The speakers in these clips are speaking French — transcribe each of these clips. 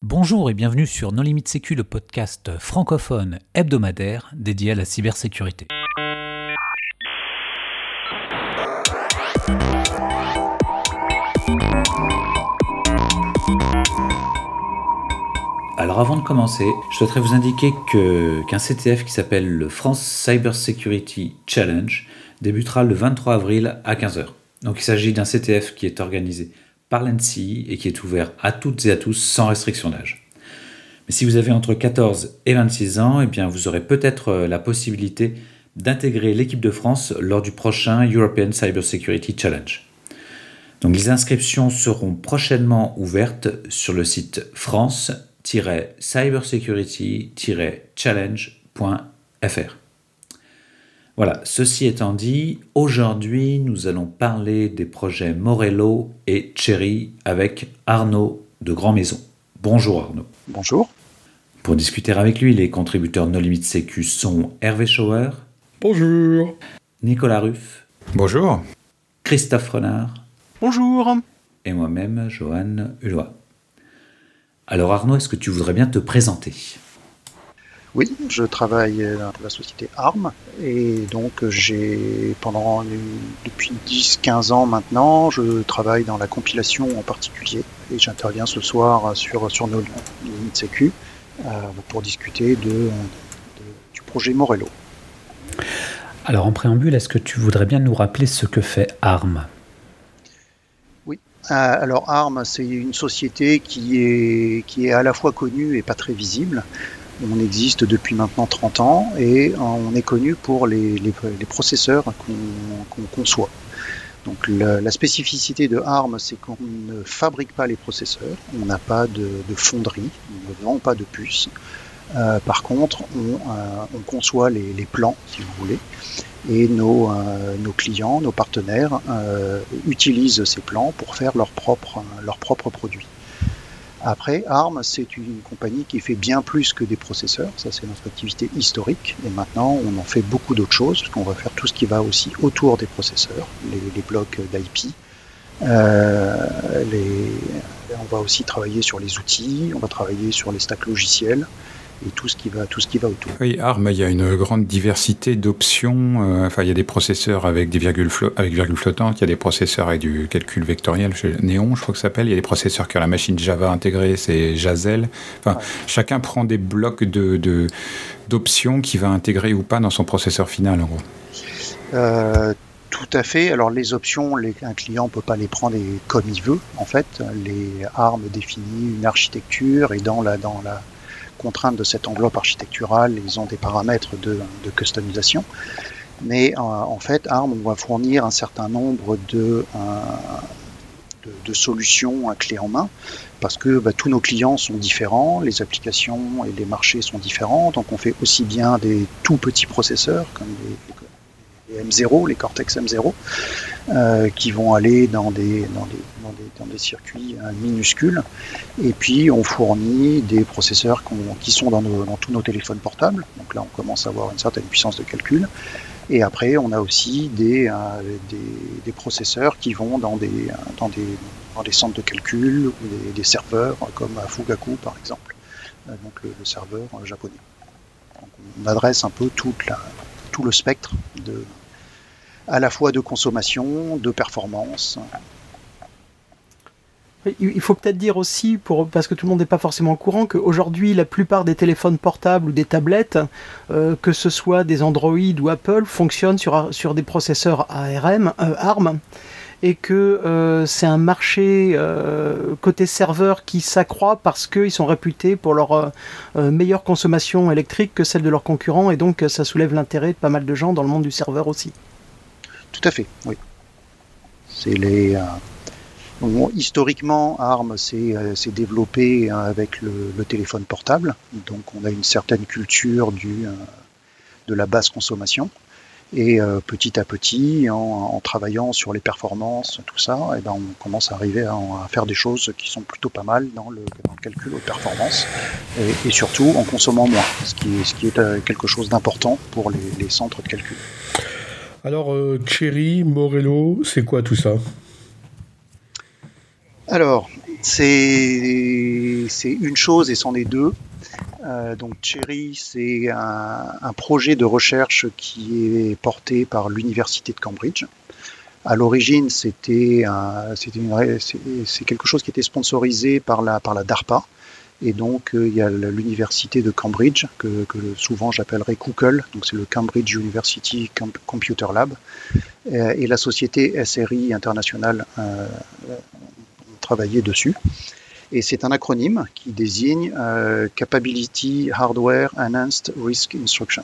Bonjour et bienvenue sur No Limit Sécu, le podcast francophone hebdomadaire dédié à la cybersécurité. Alors avant de commencer, je souhaiterais vous indiquer qu'un CTF qui s'appelle le France Cyber Security Challenge débutera le 23 avril à 15h. Donc il s'agit d'un CTF qui est organisé par l'ANSSI et qui est ouvert à toutes et à tous sans restriction d'âge. Mais si vous avez entre 14 et 26 ans, eh bien vous aurez peut-être la possibilité d'intégrer l'équipe de France lors du prochain European Cyber Security Challenge. Donc les inscriptions seront prochainement ouvertes sur le site france-cybersecurity-challenge.fr. Voilà, ceci étant dit, aujourd'hui nous allons parler des projets Morello et Cherry avec Arnaud de Grand Maison. Bonjour Arnaud. Bonjour. Pour discuter avec lui, les contributeurs No Limit Sécu sont Hervé Schauer. Bonjour. Nicolas Ruff. Bonjour. Christophe Renard. Bonjour. Et moi-même, Johan Hulot. Alors Arnaud, est-ce que tu voudrais bien te présenter ? Oui, je travaille dans la société ARM et donc depuis 10-15 ans maintenant, je travaille dans la compilation en particulier et j'interviens ce soir sur No Limit Sécu pour discuter du projet Morello. Alors en préambule, est-ce que tu voudrais bien nous rappeler ce que fait ARM ? Oui, alors ARM, c'est une société qui est à la fois connue et pas très visible. On existe depuis maintenant 30 ans et on est connu pour les processeurs qu'on conçoit. Donc la spécificité de ARM, c'est qu'on ne fabrique pas les processeurs, on n'a pas de fonderie, on ne vend pas de puces. Par contre, on conçoit les plans, si vous voulez, et nos clients, nos partenaires utilisent ces plans pour faire leurs propres produits. Après, ARM, c'est une compagnie qui fait bien plus que des processeurs. Ça, c'est notre activité historique. Et maintenant, on en fait beaucoup d'autres choses, parce qu'on va faire tout ce qui va aussi autour des processeurs, les blocs d'IP. On va aussi travailler sur les outils, on va travailler sur les stacks logiciels et tout ce qui va autour. Oui, ARM, il y a une grande diversité d'options. Il y a des processeurs avec des virgules flottantes, il y a des processeurs avec du calcul vectoriel, Néon, je crois que ça s'appelle. Il y a des processeurs qui ont la machine Java intégrée, c'est Jazel. Chacun prend des blocs d'options qu'il va intégrer ou pas dans son processeur final, en gros. Tout à fait. Alors les options, un client ne peut pas les prendre comme il veut. En fait, les ARM définit une architecture et dans la contrainte de cette enveloppe architecturale, ils ont des paramètres de customisation. Mais en fait, ARM va fournir un certain nombre de solutions clés en main parce que tous nos clients sont différents, les applications et les marchés sont différents. Donc on fait aussi bien des tout petits processeurs comme les M0, les Cortex M0, qui vont aller dans des circuits minuscules. Et puis on fournit des processeurs qui sont dans tous nos téléphones portables. Donc là on commence à avoir une certaine puissance de calcul. Et après on a aussi des processeurs qui vont dans des centres de calcul ou des serveurs comme à Fugaku par exemple. Donc le serveur japonais. Donc on adresse un peu tout le spectre à la fois de consommation, de performance. Il faut peut-être dire aussi, parce que tout le monde n'est pas forcément au courant, qu'aujourd'hui, la plupart des téléphones portables ou des tablettes, que ce soit des Android ou Apple, fonctionnent sur des processeurs ARM, et que c'est un marché côté serveur qui s'accroît parce qu'ils sont réputés pour leur meilleure consommation électrique que celle de leurs concurrents, et donc ça soulève l'intérêt de pas mal de gens dans le monde du serveur aussi. Tout à fait, oui. Historiquement, ARM s'est développé avec le téléphone portable, donc on a une certaine culture de la basse consommation. Et petit à petit, en travaillant sur les performances, tout ça, on commence à arriver à faire des choses qui sont plutôt pas mal dans le calcul aux performances et surtout en consommant moins, ce qui est quelque chose d'important pour les centres de calcul. Alors, Cherry, Morello, c'est quoi tout ça ? Alors, c'est une chose et c'en est deux. Donc Cherry, c'est un projet de recherche qui est porté par l'université de Cambridge. À l'origine, c'est quelque chose qui était sponsorisé par la DARPA. Et donc, il y a l'université de Cambridge, que souvent j'appellerais Coocle, donc c'est le Cambridge University Computer Lab, et la société SRI International ont travaillé dessus. Et c'est un acronyme qui désigne Capability Hardware Enhanced Risk Instruction.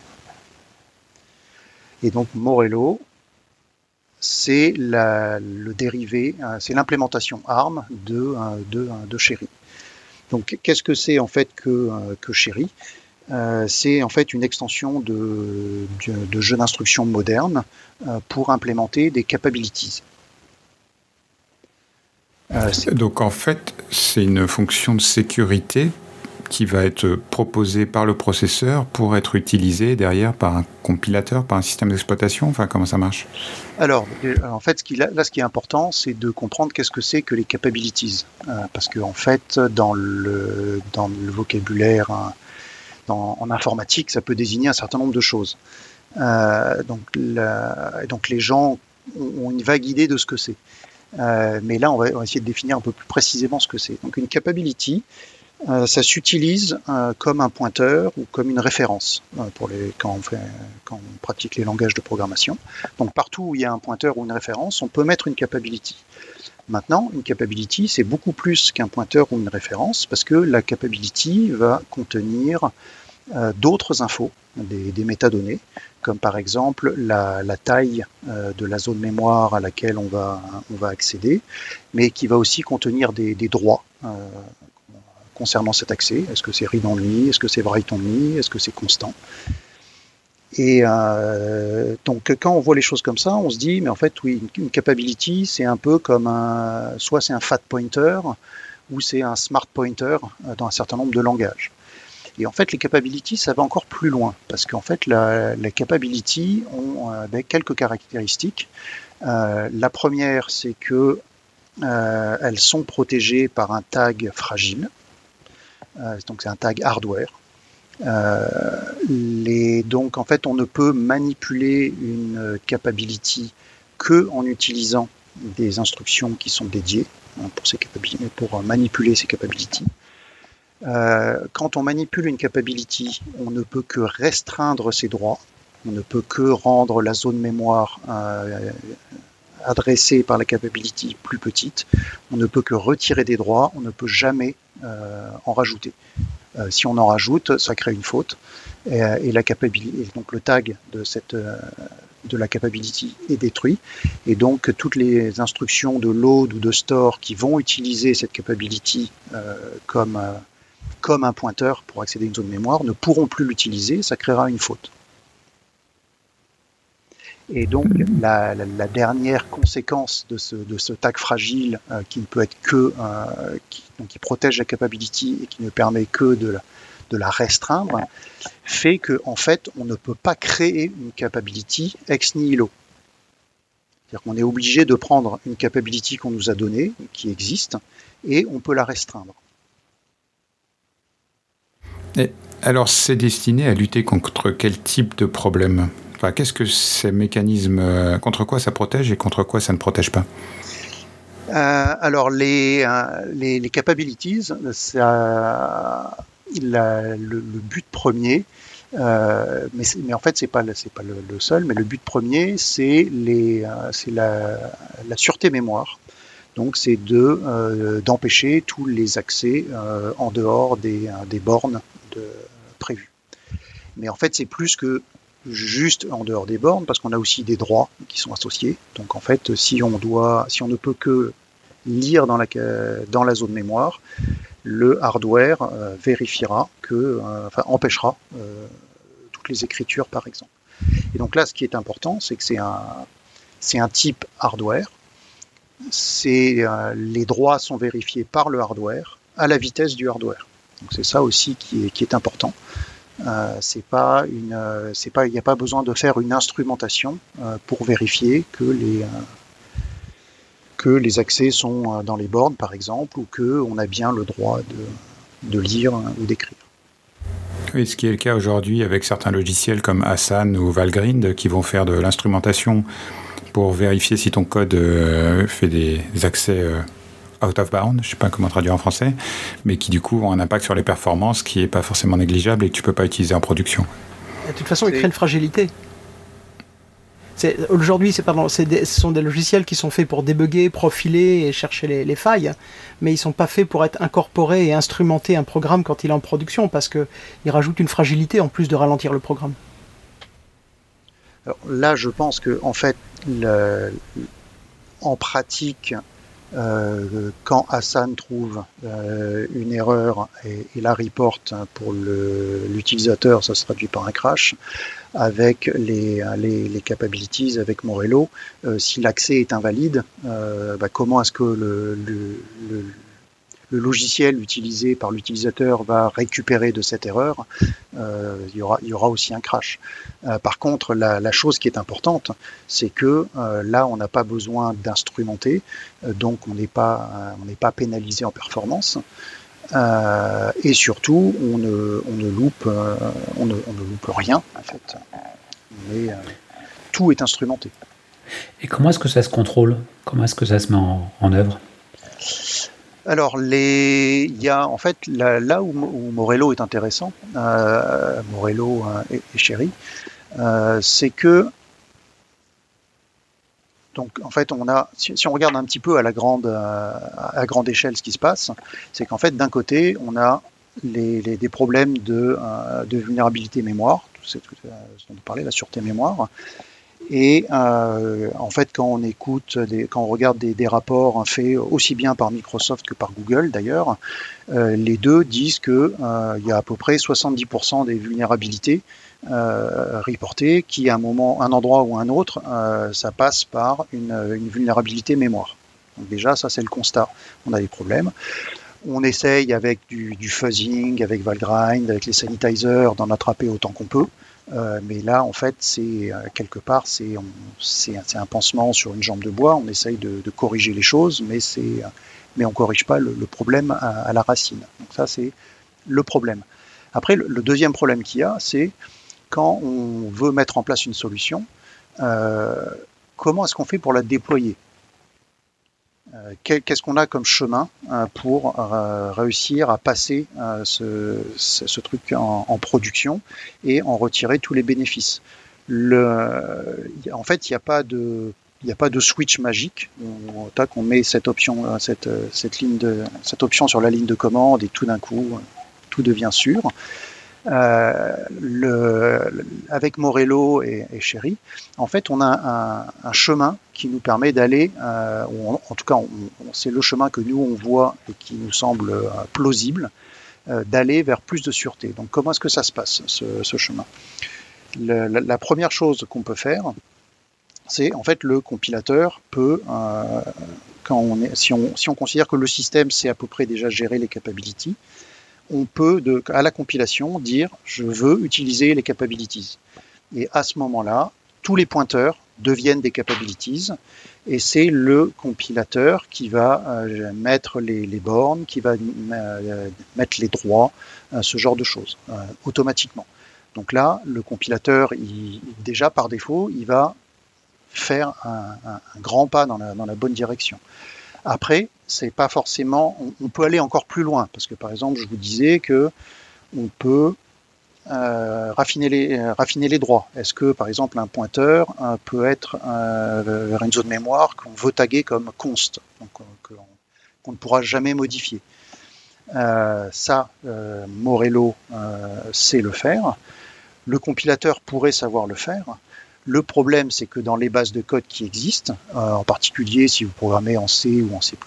Et donc, Morello, c'est le dérivé, c'est l'implémentation ARM de Cherry. Donc, qu'est-ce que c'est en fait que Cherry ? C'est en fait une extension de jeu d'instruction moderne pour implémenter des capabilities. Donc en fait, c'est une fonction de sécurité qui va être proposée par le processeur pour être utilisée derrière par un compilateur, par un système d'exploitation. Enfin, comment ça marche ? Alors, en fait, ce qui est important, c'est de comprendre qu'est-ce que c'est que les capabilities. Parce que en fait, dans le vocabulaire en informatique, ça peut désigner un certain nombre de choses. Donc les gens ont une vague idée de ce que c'est. Mais là, on va essayer de définir un peu plus précisément ce que c'est. Donc une capability, ça s'utilise comme un pointeur ou comme une référence quand on pratique les langages de programmation. Donc partout où il y a un pointeur ou une référence, on peut mettre une capability. Maintenant, une capability, c'est beaucoup plus qu'un pointeur ou une référence, parce que la capability va contenir d'autres infos, des métadonnées, comme par exemple la taille de la zone mémoire à laquelle on va accéder, mais qui va aussi contenir des droits concernant cet accès. Est-ce que c'est read only, est-ce que c'est write only, est-ce que c'est constant? Et donc quand on voit les choses comme ça, on se dit mais en fait oui, une capability c'est un peu comme soit c'est un fat pointer ou c'est un smart pointer dans un certain nombre de langages. Et en fait les capabilities ça va encore plus loin parce qu'en fait les capabilities ont quelques caractéristiques. La première c'est que elles sont protégées par un tag fragile, donc c'est un tag hardware. Donc en fait on ne peut manipuler une capability que en utilisant des instructions qui sont dédiées pour manipuler ces capabilities. Quand on manipule une capability, on ne peut que restreindre ses droits, on ne peut que rendre la zone mémoire adressée par la capability plus petite, on ne peut que retirer des droits, on ne peut jamais en rajouter. Si on en rajoute, ça crée une faute et donc le tag de la capability est détruit et donc toutes les instructions de load ou de store qui vont utiliser cette capability comme un pointeur pour accéder à une zone mémoire ne pourront plus l'utiliser, ça créera une faute. Et donc la dernière conséquence de ce tag fragile qui ne peut être que qui protège la capability et qui ne permet que de la restreindre, fait que en fait on ne peut pas créer une capability ex nihilo. C'est-à-dire qu'on est obligé de prendre une capability qu'on nous a donnée, qui existe, et on peut la restreindre. Et alors c'est destiné à lutter contre quel type de problème ? Enfin, qu'est-ce que ces mécanismes, contre quoi ça protège et contre quoi ça ne protège pas ? Alors les capabilities, le but premier, mais en fait c'est pas le seul, mais le but premier c'est la sûreté mémoire. Donc c'est d'empêcher tous les accès en dehors des bornes prévues. Mais en fait c'est plus que juste en dehors des bornes, parce qu'on a aussi des droits qui sont associés. Donc en fait, si on ne peut que lire dans la zone mémoire, le hardware vérifiera empêchera toutes les écritures par exemple. Et donc là, ce qui est important, c'est que c'est un type hardware. Les droits sont vérifiés par le hardware à la vitesse du hardware. Donc c'est ça aussi qui est important. Il n'y a pas besoin de faire une instrumentation pour vérifier que que les accès sont dans les bornes, par exemple, ou qu'on a bien le droit de lire ou d'écrire. Oui, ce qui est le cas aujourd'hui avec certains logiciels comme Asana ou Valgrind qui vont faire de l'instrumentation pour vérifier si ton code fait des accès out of bound, je ne sais pas comment traduire en français, mais qui du coup ont un impact sur les performances qui n'est pas forcément négligeable et que tu ne peux pas utiliser en production. De toute façon, ils créent une fragilité. Aujourd'hui, ce sont des logiciels qui sont faits pour débugger, profiler et chercher les failles, mais ils ne sont pas faits pour être incorporés et instrumenter un programme quand il est en production, parce qu'ils rajoutent une fragilité en plus de ralentir le programme. Alors là, je pense que en fait, en pratique, quand Asana trouve une erreur et la reporte pour l'utilisateur, ça se traduit par un crash. Avec les capabilities, avec Morello, si l'accès est invalide, comment est-ce que le logiciel utilisé par l'utilisateur va récupérer de cette erreur? Il y aura aussi un crash. Par contre, la chose qui est importante, c'est que là, on n'a pas besoin d'instrumenter, donc on n'est pas pénalisé en performance. Et surtout, on ne loupe rien en fait. Tout est instrumenté. Et comment est-ce que ça se contrôle? Comment est-ce que ça se met en œuvre? Alors, il y a en fait là où Morello est intéressant, Morello et Chéri, c'est que donc en fait si on regarde un petit peu à grande échelle ce qui se passe, c'est qu'en fait d'un côté on a des problèmes de vulnérabilité mémoire, tout ce dont on parlait, la sûreté mémoire. Et en fait, quand on regarde des rapports faits aussi bien par Microsoft que par Google d'ailleurs, les deux disent que il y a à peu près 70% des vulnérabilités reportées qui, à un endroit ou un autre, ça passe par une vulnérabilité mémoire. Donc déjà, ça c'est le constat. On a des problèmes. On essaye avec du fuzzing, avec Valgrind, avec les sanitizers d'en attraper autant qu'on peut. Mais là, en fait, quelque part, c'est un pansement sur une jambe de bois. On essaye de corriger les choses, mais on corrige pas le problème à la racine. Donc ça, c'est le problème. Après, le deuxième problème qu'il y a, c'est quand on veut mettre en place une solution, comment est-ce qu'on fait pour la déployer? Qu'est-ce qu'on a comme chemin pour réussir à passer ce truc en production et en retirer tous les bénéfices? En fait, il n'y a pas de switch magique. On met cette option sur la ligne de commande et tout d'un coup, tout devient sûr. Avec Morello et Chéri, en fait, on a un chemin qui nous permet d'aller, en tout cas, c'est le chemin que nous on voit et qui nous semble plausible, d'aller vers plus de sûreté. Donc, comment est-ce que ça se passe, ce chemin? La première chose qu'on peut faire, c'est en fait le compilateur peut, si on considère que le système sait à peu près déjà gérer les capabilities, on peut, à la compilation, dire « je veux utiliser les capabilities ». Et à ce moment-là, tous les pointeurs deviennent des capabilities, et c'est le compilateur qui va mettre les bornes, qui va mettre les droits, ce genre de choses, automatiquement. Donc là, le compilateur, déjà par défaut, il va faire un grand pas dans la bonne direction. Après, c'est pas forcément. On peut aller encore plus loin parce que, par exemple, je vous disais que on peut raffiner les droits. Est-ce que, par exemple, un pointeur peut être vers une zone mémoire qu'on veut taguer comme const, donc qu'on ne pourra jamais modifier? Morello sait le faire. Le compilateur pourrait savoir le faire. Le problème, c'est que dans les bases de code qui existent, en particulier si vous programmez en C ou en C++,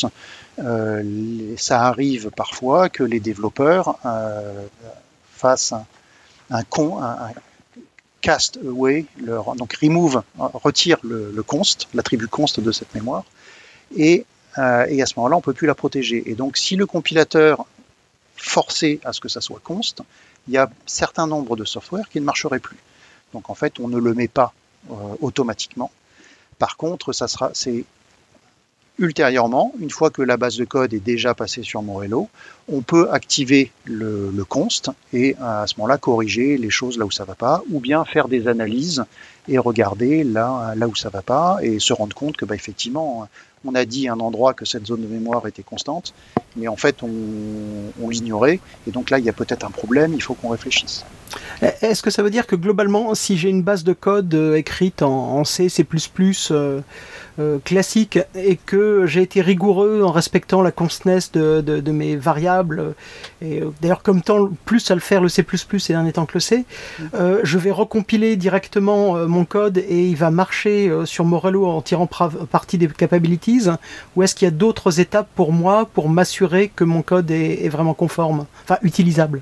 ça arrive parfois que les développeurs fassent un cast away, donc retire le const, l'attribut const de cette mémoire, et à ce moment-là, on ne peut plus la protéger. Et donc, si le compilateur forçait à ce que ça soit const, il y a un certain nombre de software qui ne marcheraient plus. Donc en fait, on ne le met pas automatiquement. Par contre, c'est Ultérieurement, une fois que la base de code est déjà passée sur Morello, on peut activer le const et à ce moment-là corriger les choses là où ça va pas, ou bien faire des analyses et regarder là où ça va pas et se rendre compte que effectivement on a dit à un endroit que cette zone de mémoire était constante, mais en fait on l'ignorait et donc là il y a peut-être un problème, il faut qu'on réfléchisse. Est-ce que ça veut dire que globalement, si j'ai une base de code écrite en C, C++, classique, et que j'ai été rigoureux en respectant la constness de mes variables, et d'ailleurs comme tant plus à le faire le C++ ces derniers temps que le C, je vais recompiler directement mon code et il va marcher sur Morello en tirant parti des capabilities, ou est-ce qu'il y a d'autres étapes pour moi pour m'assurer que mon code est vraiment conforme, enfin utilisable?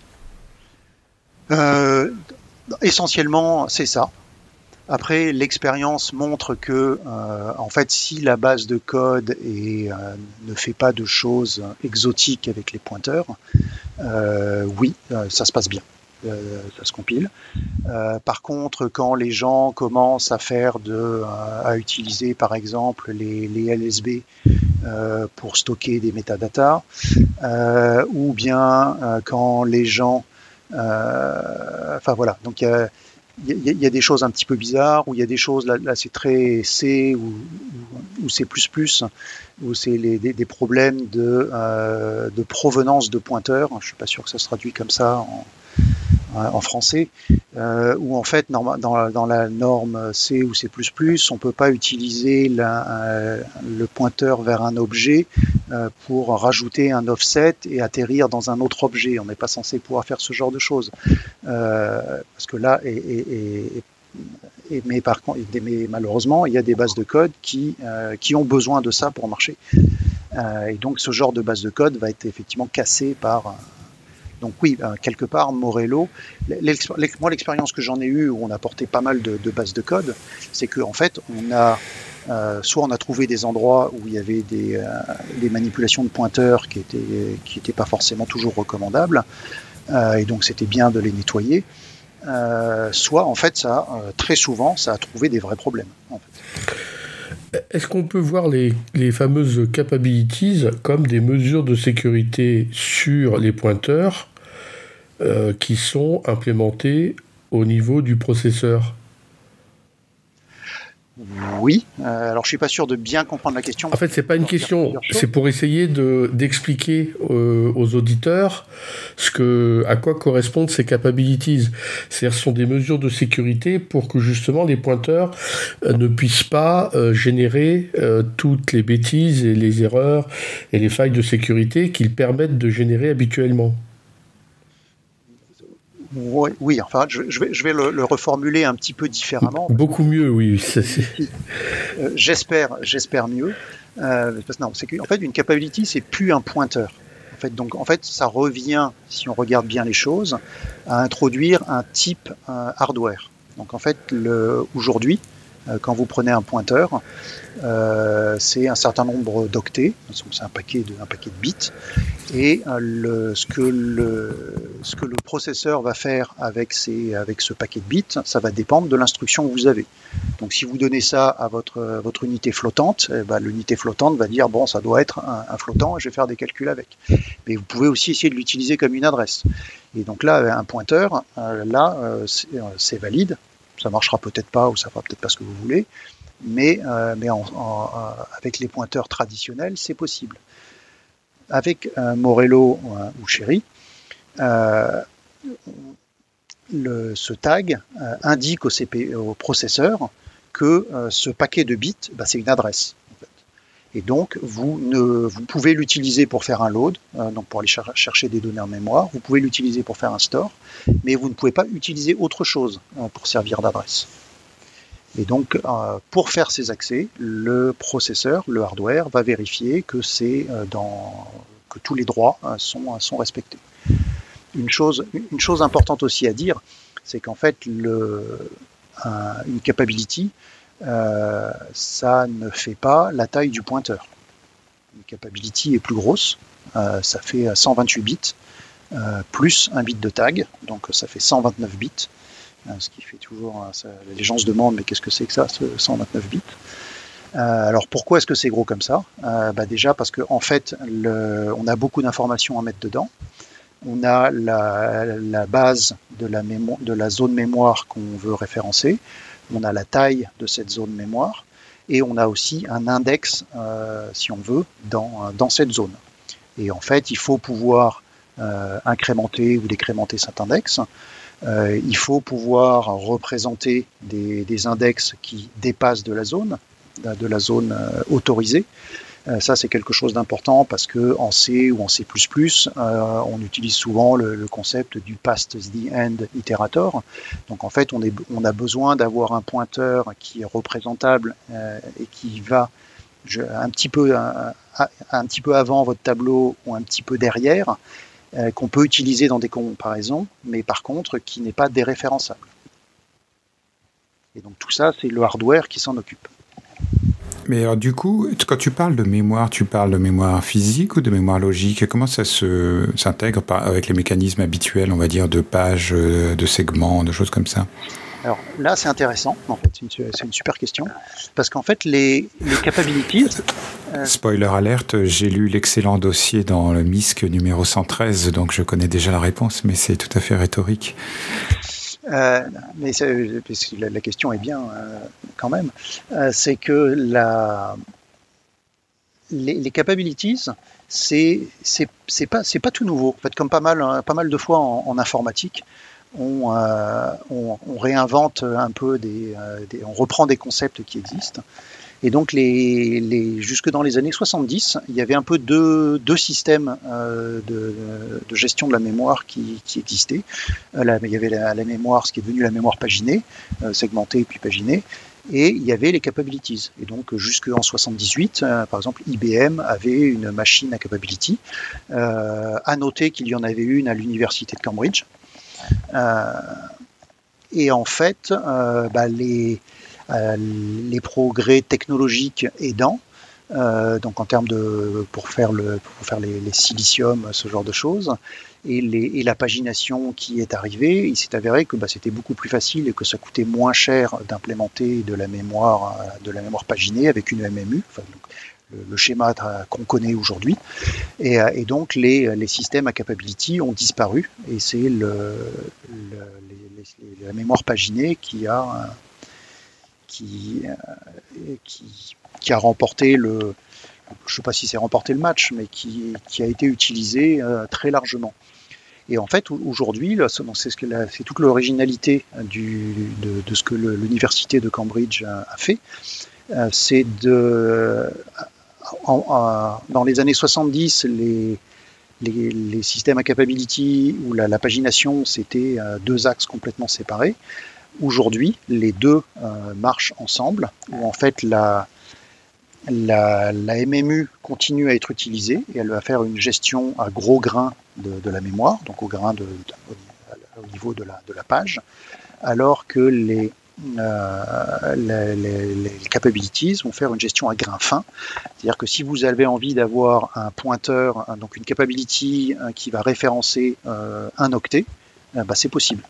Essentiellement, c'est ça. Après, l'expérience montre que, en fait, si la base de code ne fait pas de choses exotiques avec les pointeurs, oui, ça se passe bien, ça se compile. Par contre, quand les gens commencent à utiliser, par exemple, les LSB pour stocker des métadatas, ou bien quand les gens enfin voilà, donc il y a des choses un petit peu bizarres, où il y a des choses, là c'est très C ou C++, où c'est des problèmes de provenance de pointeurs. Je ne suis pas sûr que ça se traduit comme ça en français, où en fait dans la norme C ou C++, on ne peut pas utiliser le pointeur vers un objet pour rajouter un offset et atterrir dans un autre objet. On n'est pas censé pouvoir faire ce genre de choses. Parce que là, mais malheureusement, il y a des bases de code qui ont besoin de ça pour marcher. Et donc ce genre de base de code va être effectivement cassé par... Donc oui, quelque part, Morello, moi l'expérience que j'en ai eue où on a porté pas mal de bases de code, c'est qu'en fait, soit on a trouvé des endroits où il y avait des manipulations de pointeurs qui étaient pas forcément toujours recommandables, et donc c'était bien de les nettoyer, soit en fait, très souvent, ça a trouvé des vrais problèmes. En fait. Est-ce qu'on peut voir les fameuses capabilities comme des mesures de sécurité sur les pointeurs qui sont implémentées au niveau du processeur ? Oui, alors je suis pas sûr de bien comprendre la question. En fait, c'est pas une question, c'est pour essayer d'expliquer aux auditeurs à quoi correspondent ces capabilities. C'est-à-dire, ce sont des mesures de sécurité pour que justement les pointeurs ne puissent pas générer toutes les bêtises et les erreurs et les failles de sécurité qu'ils permettent de générer habituellement. Oui, enfin, je vais le reformuler un petit peu différemment. Beaucoup mieux, oui. J'espère mieux. Non, c'est qu'en fait, une capability, c'est plus un pointeur. En fait, ça revient, si on regarde bien les choses, à introduire un type hardware. Donc, en fait, aujourd'hui, quand vous prenez un pointeur, c'est un certain nombre d'octets, c'est un paquet de bits, et ce que le processeur va faire avec ce paquet de bits, ça va dépendre de l'instruction que vous avez. Donc si vous donnez ça à votre unité flottante, l'unité flottante va dire bon, ça doit être un flottant et je vais faire des calculs avec. Mais vous pouvez aussi essayer de l'utiliser comme une adresse. Et donc là, un pointeur, c'est valide. Ça marchera peut-être pas ou ça fera peut-être pas ce que vous voulez, mais avec les pointeurs traditionnels, c'est possible. Avec Morello ou Cherry, ce tag indique au processeur que ce paquet de bits, c'est une adresse. En fait. Et donc, vous pouvez l'utiliser pour faire un load, donc pour aller chercher des données en mémoire, vous pouvez l'utiliser pour faire un store, mais vous ne pouvez pas utiliser autre chose pour servir d'adresse. Et donc, pour faire ces accès, le processeur, le hardware, va vérifier que que tous les droits sont respectés. Une chose importante aussi à dire, c'est qu'en fait, une capability, ça ne fait pas la taille du pointeur. Une capability est plus grosse, ça fait 128 bits, plus un bit de tag, donc ça fait 129 bits. Ce qui fait toujours... les gens se demandent, mais qu'est-ce que c'est que ça, ce 129 bits Alors pourquoi est-ce que c'est gros comme ça? Déjà parce que en fait, on a beaucoup d'informations à mettre dedans. On a la base de la zone mémoire qu'on veut référencer. On a la taille de cette zone mémoire. Et on a aussi un index, si on veut, dans cette zone. Et en fait, il faut pouvoir incrémenter ou décrémenter cet index. Il faut pouvoir représenter des index qui dépassent de la zone autorisée. Ça, c'est quelque chose d'important parce que en C ou en C++, on utilise souvent le concept du past the end iterator. Donc en fait, on a besoin d'avoir un pointeur qui est représentable et qui va un petit peu avant votre tableau ou un petit peu derrière, qu'on peut utiliser dans des comparaisons, mais par contre qui n'est pas déréférençable. Et donc tout ça, c'est le hardware qui s'en occupe. Mais alors, du coup, quand tu parles de mémoire, tu parles de mémoire physique ou de mémoire logique? Comment ça s'intègre avec les mécanismes habituels, on va dire, de pages, de segments, de choses comme ça? Alors là, c'est intéressant, en fait, c'est une super question, parce qu'en fait, les capabilities... Spoiler alerte, j'ai lu l'excellent dossier dans le MISC numéro 113, donc je connais déjà la réponse, mais c'est tout à fait rhétorique. Mais la question est bien quand même. C'est que les capabilities, c'est pas tout nouveau. En fait, comme pas mal de fois en informatique, on réinvente un peu on reprend des concepts qui existent. Et donc, jusque dans les années 70, il y avait un peu deux systèmes de gestion de la mémoire qui existaient. Il y avait la mémoire, ce qui est devenu la mémoire paginée, segmentée puis paginée, et il y avait les capabilities. Et donc, jusqu'en 78, par exemple, IBM avait une machine à capability. À noter qu'il y en avait une à l'université de Cambridge. Et en fait, les progrès technologiques aidant, donc en termes pour faire les siliciums, ce genre de choses, et la pagination qui est arrivée, il s'est avéré que c'était beaucoup plus facile et que ça coûtait moins cher d'implémenter de la mémoire paginée avec une MMU, enfin, le schéma qu'on connaît aujourd'hui, et donc les systèmes à capability ont disparu, et c'est la mémoire paginée qui a remporté je ne sais pas si c'est remporté le match, mais qui a été utilisé très largement. Et en fait, aujourd'hui, c'est toute l'originalité de ce que l'université de Cambridge a fait. C'est dans les années 70, les systèmes à capability ou la pagination, c'était deux axes complètement séparés. Aujourd'hui, les deux marchent ensemble, où en fait la MMU continue à être utilisée et elle va faire une gestion à gros grains de la mémoire, donc au niveau de la page, alors que les capabilities vont faire une gestion à grains fins. C'est-à-dire que si vous avez envie d'avoir un pointeur, donc une capability qui va référencer un octet, c'est possible.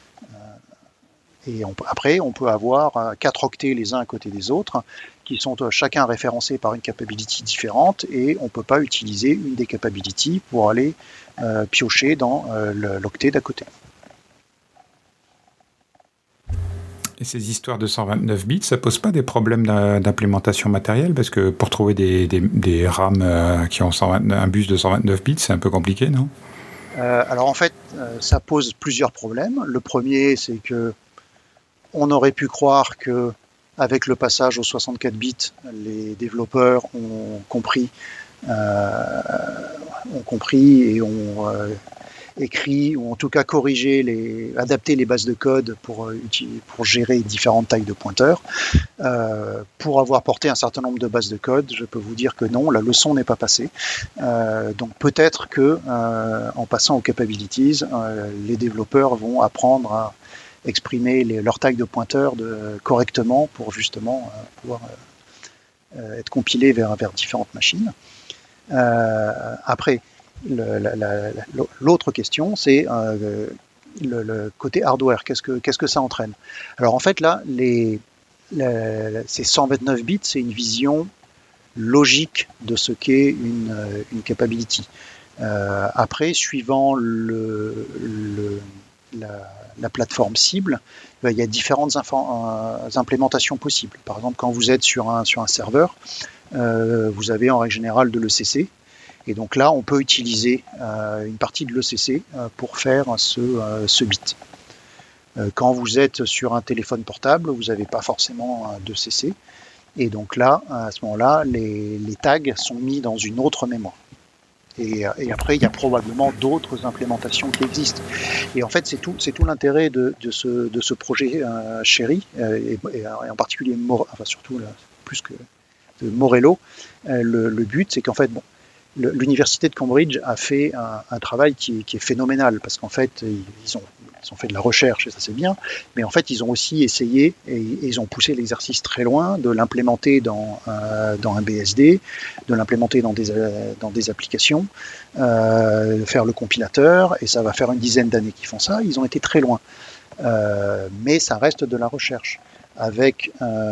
Et après, on peut avoir 4 octets les uns à côté des autres, qui sont chacun référencés par une capability différente, et on ne peut pas utiliser une des capabilities pour aller piocher dans l'octet d'à côté. Et ces histoires de 129 bits, ça pose pas des problèmes d'implémentation matérielle? Parce que pour trouver des RAM qui ont un bus de 129 bits, c'est un peu compliqué, non? Alors en fait, ça pose plusieurs problèmes. Le premier, c'est que on aurait pu croire que, avec le passage aux 64 bits, les développeurs ont compris et ont écrit, ou en tout cas corrigé, adapté les bases de code pour gérer différentes tailles de pointeurs. Pour avoir porté un certain nombre de bases de code, je peux vous dire que non, la leçon n'est pas passée. Donc peut-être que en passant aux capabilities, les développeurs vont apprendre à exprimer leur taille de pointeur correctement pour justement pouvoir être compilés vers différentes machines. Après, l'autre question, c'est le côté hardware. Qu'est-ce que ça entraîne? Alors en fait, là, ces 129 bits, c'est une vision logique de ce qu'est une capability. Après, suivant la plateforme cible, il y a différentes implémentations possibles. Par exemple, quand vous êtes sur un serveur, vous avez en règle générale de l'ECC. Et donc là, on peut utiliser une partie de l'ECC pour faire ce bit. Quand vous êtes sur un téléphone portable, vous n'avez pas forcément d'ECC. Et donc là, à ce moment-là, les tags sont mis dans une autre mémoire. Et après, il y a probablement d'autres implémentations qui existent. Et en fait, c'est tout l'intérêt de ce projet Chéri, et en particulier, surtout plus que de Morello. Le but, c'est qu'en fait, l'université de Cambridge a fait un travail qui est phénoménal, parce qu'en fait, ils ont fait de la recherche, et ça c'est bien, mais en fait, ils ont aussi essayé, et ils ont poussé l'exercice très loin, de l'implémenter dans un BSD, de l'implémenter dans des applications, de faire le compilateur, et ça va faire une dizaine d'années qu'ils font ça. Ils ont été très loin. Mais ça reste de la recherche. Avec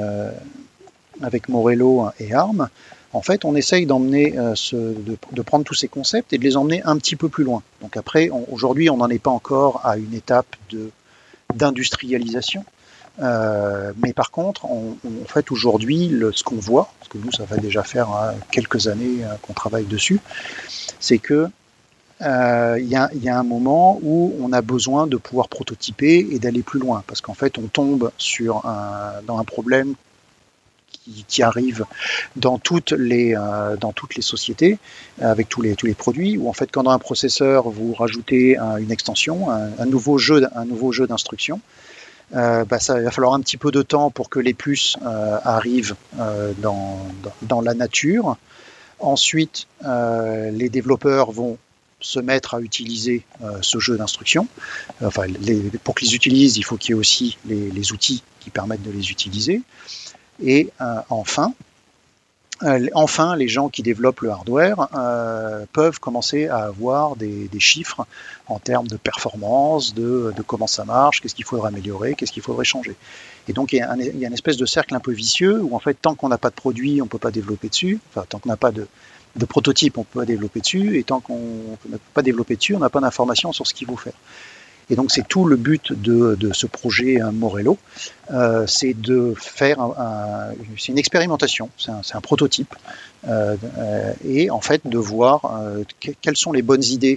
Morello et ARM, en fait, on essaye d'emmener, de prendre tous ces concepts et de les emmener un petit peu plus loin. Donc après, aujourd'hui, on n'en est pas encore à une étape d'industrialisation. Mais par contre, en fait, aujourd'hui, ce qu'on voit, parce que nous, ça va déjà faire quelques années qu'on travaille dessus, c'est que il y a un moment où on a besoin de pouvoir prototyper et d'aller plus loin, parce qu'en fait, on tombe dans un problème qui arrive dans toutes les sociétés, avec tous les produits, où en fait, quand dans un processeur, vous rajoutez une extension, un nouveau jeu d'instructions, ça va falloir un petit peu de temps pour que les puces arrivent dans la nature. Ensuite, les développeurs vont se mettre à utiliser ce jeu d'instructions. Pour qu'ils les utilisent, il faut qu'il y ait aussi les outils qui permettent de les utiliser. Et enfin, les gens qui développent le hardware peuvent commencer à avoir des chiffres en termes de performance, de comment ça marche, qu'est-ce qu'il faudrait améliorer, qu'est-ce qu'il faudrait changer. Et donc, il y a une espèce de cercle un peu vicieux où, en fait, tant qu'on n'a pas de produit, on ne peut pas développer dessus. Enfin, tant qu'on n'a pas de prototype, on ne peut pas développer dessus. Et tant qu'on ne peut pas développer dessus, on n'a pas d'informations sur ce qu'il faut faire. Et donc, c'est tout le but de ce projet Morello, c'est de faire c'est une expérimentation, c'est un prototype, et en fait de voir quelles sont les bonnes idées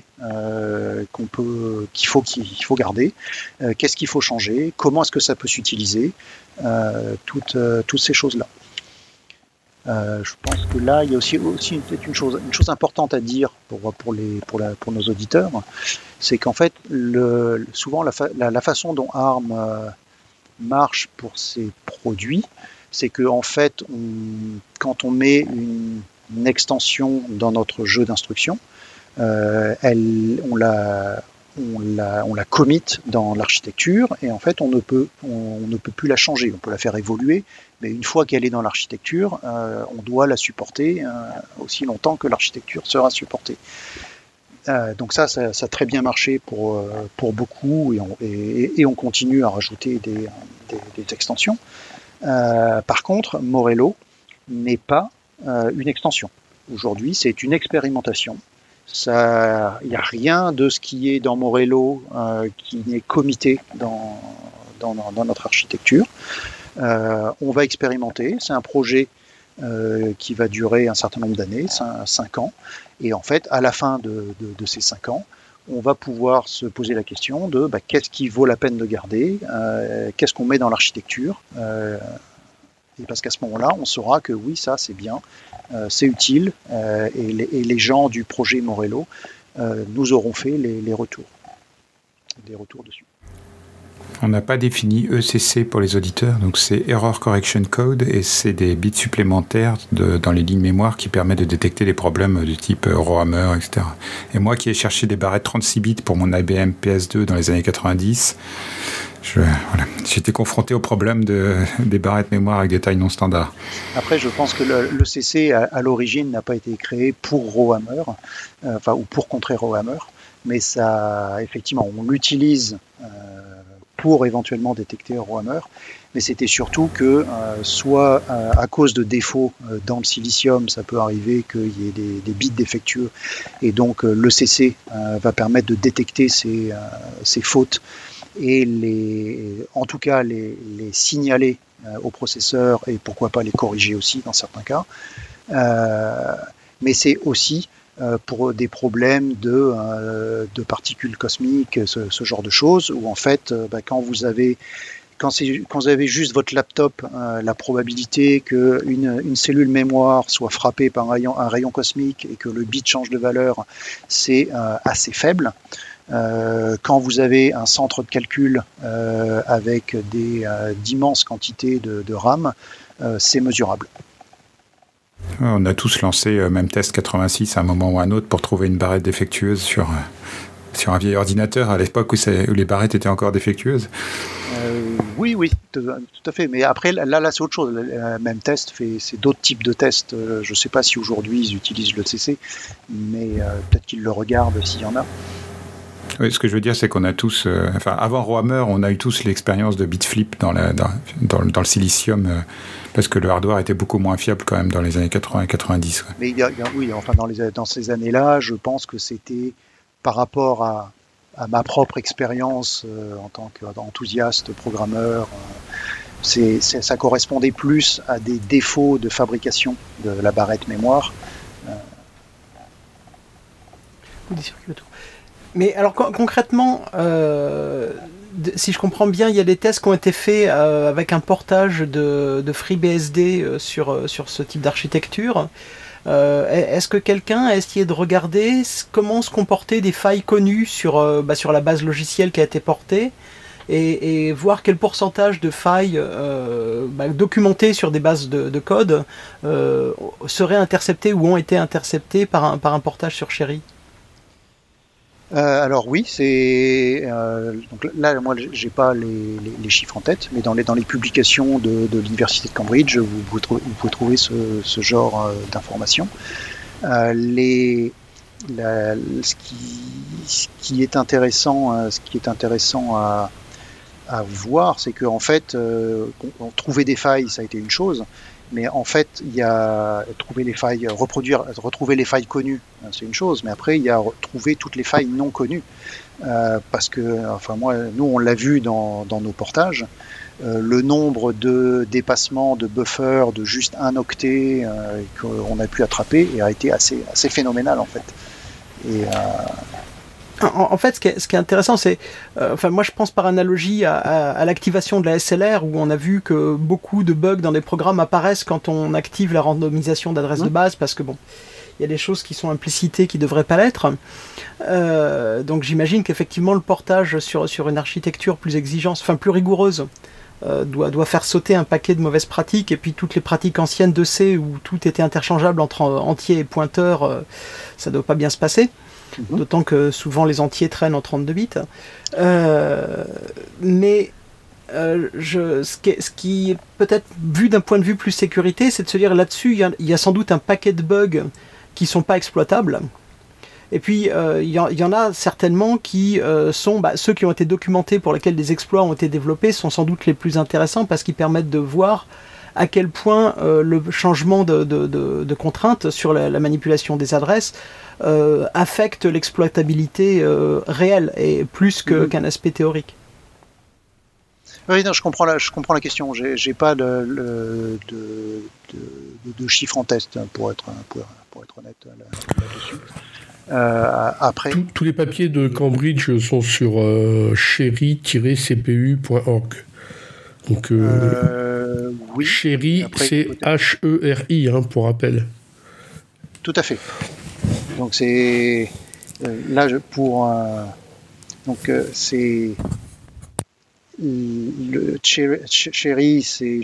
qu'il faut garder, qu'est-ce qu'il faut changer, comment est-ce que ça peut s'utiliser, toutes ces choses-là. Je pense que là, il y a aussi une chose importante à dire pour nos auditeurs, c'est qu'en fait, souvent la façon dont ARM marche pour ses produits, c'est que en fait, quand on met une extension dans notre jeu d'instruction, on la commit dans l'architecture, et en fait on ne peut plus la changer. On peut la faire évoluer, mais une fois qu'elle est dans l'architecture, on doit la supporter aussi longtemps que l'architecture sera supportée. Donc ça a très bien marché pour beaucoup, et on continue à rajouter des extensions. Par contre, Morello n'est pas une extension. Aujourd'hui, c'est une expérimentation. Il n'y a rien de ce qui est dans Morello qui n'est commité dans notre architecture. On va expérimenter. C'est un projet qui va durer un certain nombre d'années, 5 ans. Et en fait, à la fin de ces 5 ans, on va pouvoir se poser la question de qu'est-ce qui vaut la peine de garder, qu'est-ce qu'on met dans l'architecture. Et parce qu'à ce moment-là, on saura que oui, ça c'est bien, c'est utile, et les gens du projet Morello nous auront fait les retours dessus. On n'a pas défini ECC pour les auditeurs, donc c'est Error Correction Code, et c'est des bits supplémentaires dans les lignes mémoire qui permettent de détecter des problèmes du type Rowhammer, etc. Et moi qui ai cherché des barrettes 36 bits pour mon IBM PS2 dans les années 90, j'étais confronté au problème des barrettes mémoire avec des tailles non standards. Après, je pense que l'ECC à l'origine n'a pas été créé pour Rowhammer, ou pour contrer Rowhammer, mais ça, effectivement, on l'utilise pour éventuellement détecter un Rohammer, mais c'était surtout que soit à cause de défauts dans le silicium, ça peut arriver qu'il y ait des bits défectueux, et donc l'ECC va permettre de détecter ces fautes et en tout cas les signaler au processeur et pourquoi pas les corriger aussi dans certains cas. Mais c'est aussi pour des problèmes de particules cosmiques, ce genre de choses, où en fait, quand vous avez juste votre laptop, la probabilité qu'une cellule mémoire soit frappée par un rayon cosmique et que le bit change de valeur, c'est assez faible. Quand vous avez un centre de calcul avec d'immenses quantités de RAM, c'est mesurable. On a tous lancé Memtest 86 à un moment ou à un autre pour trouver une barrette défectueuse sur un vieil ordinateur à l'époque où les barrettes étaient encore défectueuses. Oui, tout à fait. Mais après, là c'est autre chose. Memtest c'est d'autres types de tests. Je ne sais pas si aujourd'hui ils utilisent le CC, mais peut-être qu'ils le regardent s'il y en a. Oui, ce que je veux dire, c'est qu'on a tous, avant Rohammer, on a eu tous l'expérience de bitflip dans le silicium, parce que le hardware était beaucoup moins fiable quand même dans les années 80 et 90. Quoi. Mais oui, enfin dans ces années-là, je pense que c'était par rapport à ma propre expérience en tant qu'enthousiaste programmeur, ça correspondait plus à des défauts de fabrication de la barrette mémoire. Mais alors concrètement, si je comprends bien, il y a des tests qui ont été faits avec un portage de FreeBSD sur ce type d'architecture. Est-ce que quelqu'un a essayé de regarder comment se comportaient des failles connues sur la base logicielle qui a été portée et voir quel pourcentage de failles documentées sur des bases de code seraient interceptées ou ont été interceptées par un portage sur Cherry? Alors oui, donc là moi j'ai pas les chiffres en tête, mais dans les publications de l'université de Cambridge, vous pouvez trouver ce genre d'informations. Ce qui est intéressant à voir, c'est que en fait, trouver des failles, ça a été une chose. Mais en fait, il y a trouver les failles, retrouver les failles connues, c'est une chose. Mais après, il y a trouver toutes les failles non connues, parce que, nous, on l'a vu dans nos portages, le nombre de dépassements de buffers de juste 1 octet qu'on a pu attraper a été assez phénoménal en fait. Et en fait, ce qui est intéressant, c'est, moi je pense par analogie à l'activation de la SLR, où on a vu que beaucoup de bugs dans des programmes apparaissent quand on active la randomisation d'adresse de base, parce que il y a des choses qui sont implicitées qui ne devraient pas l'être. Donc j'imagine qu'effectivement le portage sur une architecture plus exigeante, plus rigoureuse, doit faire sauter un paquet de mauvaises pratiques, et puis toutes les pratiques anciennes de C où tout était interchangeable entre entier et pointeur, ça ne doit pas bien se passer. D'autant que souvent les entiers traînent en 32 bits. Mais ce qui est peut-être vu d'un point de vue plus sécurité, c'est de se dire là-dessus, il y a sans doute un paquet de bugs qui ne sont pas exploitables. Et puis, il y en a certainement qui sont ceux qui ont été documentés, pour lesquels des exploits ont été développés, sont sans doute les plus intéressants parce qu'ils permettent de voir à quel point le changement de contraintes sur la manipulation des adresses affecte l'exploitabilité réelle et plus qu'un aspect théorique. Oui, non, je comprends la question. J'ai pas de chiffres en test pour être honnête là-dessus. Après, tous les papiers de Cambridge sont sur cherry-cpu.org. Donc, oui. Cherry, c'est H-E-R-I, pour rappel. Tout à fait. Donc c'est là c'est le Cherry, c'est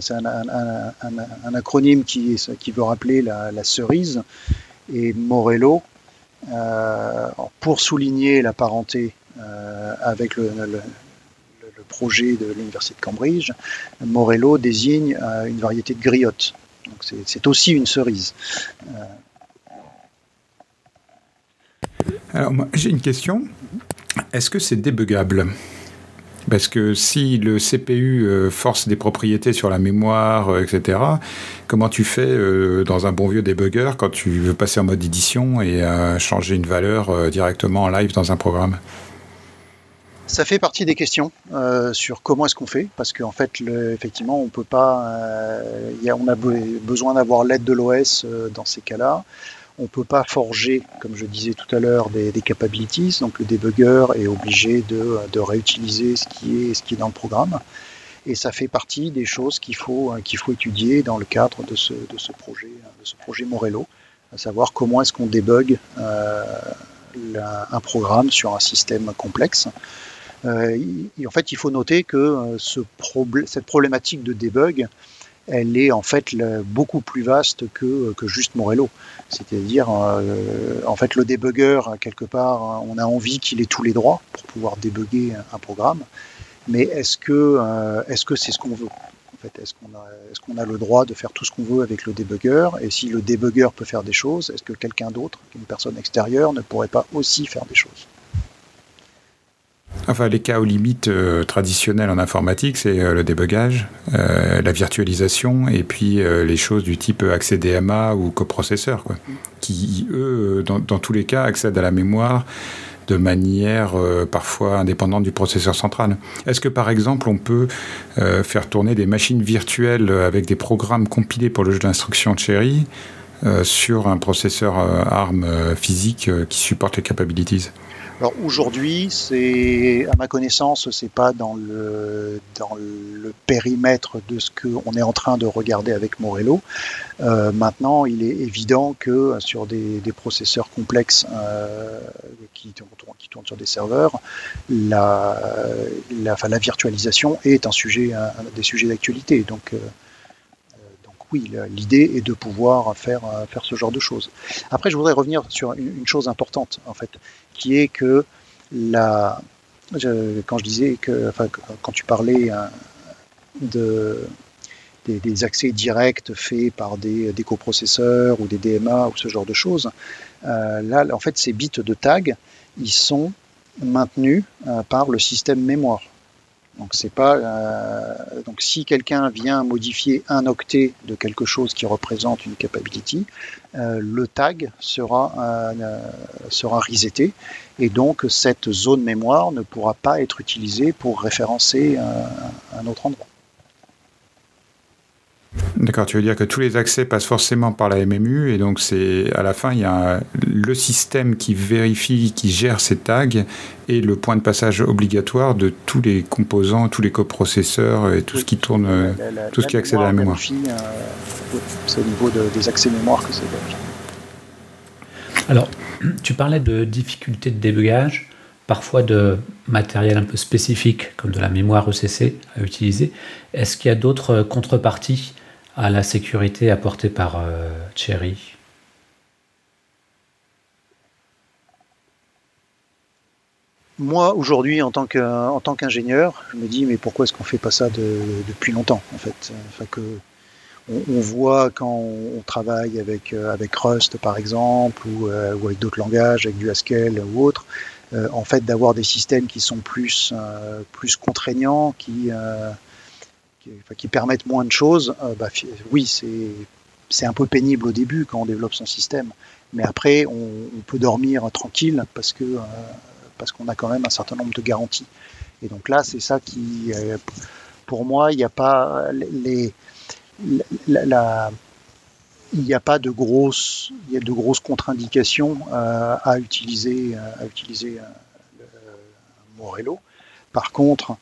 un acronyme qui veut rappeler la cerise, et Morello pour souligner la parenté avec le projet de l'université de Cambridge. Morello désigne une variété de griotte. Donc c'est aussi une cerise. Alors moi, j'ai une question. Est-ce que c'est débuggable ? Parce que si le CPU force des propriétés sur la mémoire, etc., comment tu fais dans un bon vieux debugger quand tu veux passer en mode édition et changer une valeur directement en live dans un programme? Ça fait partie des questions sur comment est-ce qu'on fait, parce qu'en fait, effectivement, on peut pas. On a besoin d'avoir l'aide de l'OS dans ces cas-là. On peut pas forger, comme je disais tout à l'heure, des capabilities. Donc le debugger est obligé de réutiliser ce qui est dans le programme. Et ça fait partie des choses qu'il faut étudier dans le cadre de ce projet Morello, à savoir comment est-ce qu'on débug un programme sur un système complexe. En fait, il faut noter que cette problématique de debug, elle est en fait beaucoup plus vaste que juste Morello. C'est-à-dire, en fait, le debugger, quelque part, on a envie qu'il ait tous les droits pour pouvoir débugger un programme. Mais est-ce que c'est ce qu'on veut? En fait, est-ce qu'on a le droit de faire tout ce qu'on veut avec le debugger? Et si le debugger peut faire des choses, est-ce que quelqu'un d'autre, une personne extérieure, ne pourrait pas aussi faire des choses? Enfin, les cas aux limites traditionnels en informatique, c'est le débugage, la virtualisation et puis les choses du type accès DMA ou coprocesseur, quoi, qui, eux, dans tous les cas, accèdent à la mémoire de manière parfois indépendante du processeur central. Est-ce que, par exemple, on peut faire tourner des machines virtuelles avec des programmes compilés pour le jeu d'instruction Cherry sur un processeur ARM physique qui supporte les capabilities? Alors aujourd'hui, à ma connaissance, c'est pas dans le périmètre de ce qu'on est en train de regarder avec Morello. Maintenant, il est évident que sur des processeurs complexes qui tournent sur des serveurs, la virtualisation est un des sujets d'actualité. Donc oui, l'idée est de pouvoir faire ce genre de choses. Après, je voudrais revenir sur une chose importante, en fait, qui est que quand tu parlais des accès directs faits par des coprocesseurs ou des DMA ou ce genre de choses, là, en fait, ces bits de tag, ils sont maintenus par le système mémoire. Donc donc si quelqu'un vient modifier un octet de quelque chose qui représente une capability, le tag sera reseté et donc cette zone mémoire ne pourra pas être utilisée pour référencer un autre endroit. D'accord, tu veux dire que tous les accès passent forcément par la MMU et donc à la fin il y a le système qui vérifie, qui gère ces tags et le point de passage obligatoire de tous les composants, tous les coprocesseurs et tout ce qui tourne, tout ce qui accède à la mémoire. C'est au niveau des accès mémoire que c'est vérifié. Alors, tu parlais de difficultés de débugage, parfois de matériel un peu spécifique comme de la mémoire ECC à utiliser. Est-ce qu'il y a d'autres contreparties à la sécurité apportée par Cherry? Moi, aujourd'hui, en tant qu'ingénieur, je me dis, mais pourquoi est-ce qu'on fait pas ça depuis longtemps, en fait? On voit quand on travaille avec Rust, par exemple, ou avec d'autres langages, avec du Haskell ou autre, en fait, d'avoir des systèmes qui sont plus contraignants, qui permettent moins de choses, oui, c'est un peu pénible au début quand on développe son système. Mais après, on peut dormir tranquille parce qu'on a quand même un certain nombre de garanties. Et donc là, c'est ça qui, pour moi, il n'y a pas il n'y a pas de grosses contre-indications à utiliser Morello. Par contre,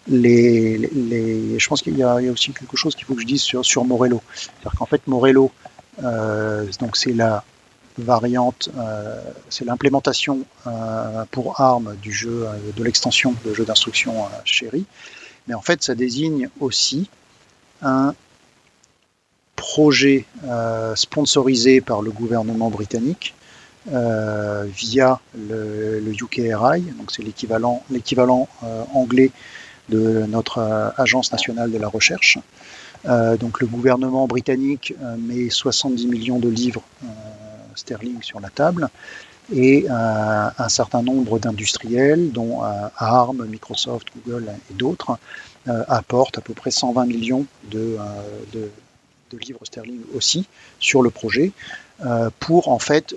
je pense qu'il y a aussi quelque chose qu'il faut que je dise sur Morello. C'est-à-dire qu'en fait, Morello, donc c'est la variante, c'est l'implémentation pour ARM du jeu, de l'extension de jeu d'instruction Cherry. Mais en fait, ça désigne aussi un projet sponsorisé par le gouvernement britannique via le UKRI, donc c'est l'équivalent anglais de notre agence nationale de la recherche. Donc le gouvernement britannique met 70 millions de livres sterling sur la table et un certain nombre d'industriels, dont ARM, Microsoft, Google et d'autres, apportent à peu près 120 millions de livres sterling aussi sur le projet, pour en fait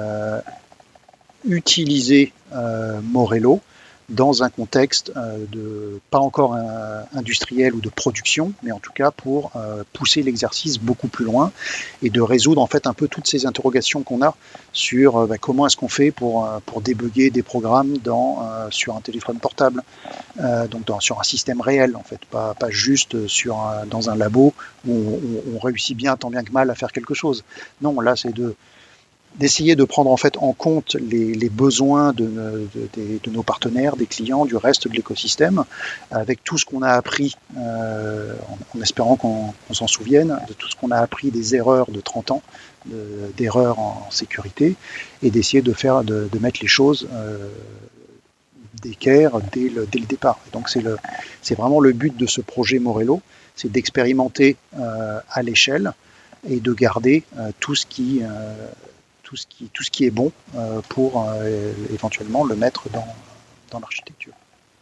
utiliser Morello dans un contexte pas encore industriel ou de production, mais en tout cas pour pousser l'exercice beaucoup plus loin et de résoudre en fait un peu toutes ces interrogations qu'on a sur comment est-ce qu'on fait pour débugger des programmes sur un téléphone portable, donc sur un système réel en fait, pas juste dans un labo où on réussit bien tant bien que mal à faire quelque chose. Non, là c'est d'essayer de prendre en fait en compte les besoins de nos partenaires, des clients, du reste de l'écosystème, avec tout ce qu'on a appris, en espérant qu'on s'en souvienne, de tout ce qu'on a appris des erreurs de 30 ans, d'erreurs en sécurité, et d'essayer de mettre les choses d'équerre dès le départ. Et donc c'est vraiment le but de ce projet Morello, c'est d'expérimenter à l'échelle et de garder tout ce qui est bon pour éventuellement le mettre dans l'architecture.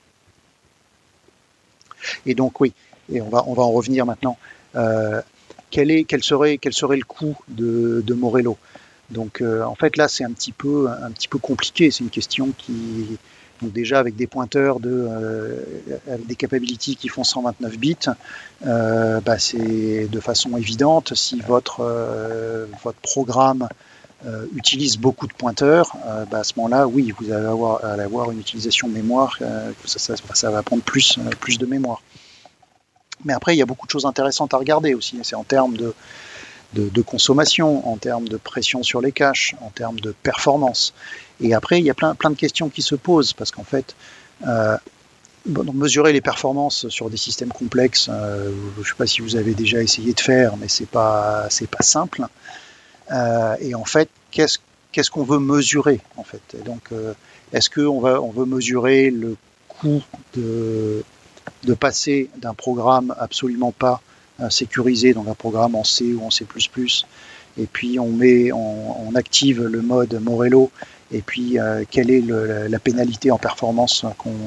Et donc oui, et on va en revenir maintenant. Quel serait le coût de Morello? Donc en fait là c'est un petit peu compliqué. C'est une question donc déjà avec des pointeurs avec des capabilities qui font 129 bits, c'est de façon évidente, si votre programme utilise beaucoup de pointeurs, à ce moment-là, oui, vous allez avoir une utilisation mémoire, ça va prendre plus de mémoire. Mais après, il y a beaucoup de choses intéressantes à regarder aussi. C'est en termes de consommation, en termes de pression sur les caches, en termes de performance. Et après, il y a plein de questions qui se posent, parce qu'en fait, donc mesurer les performances sur des systèmes complexes, je ne sais pas si vous avez déjà essayé de faire, mais c'est pas simple. Et en fait, qu'est-ce qu'on veut mesurer en fait? Et donc, est-ce qu'on veut mesurer le coût de passer d'un programme absolument pas sécurisé, donc un programme en C ou en C++, et puis on active le mode Morello, et puis quelle est la pénalité en performance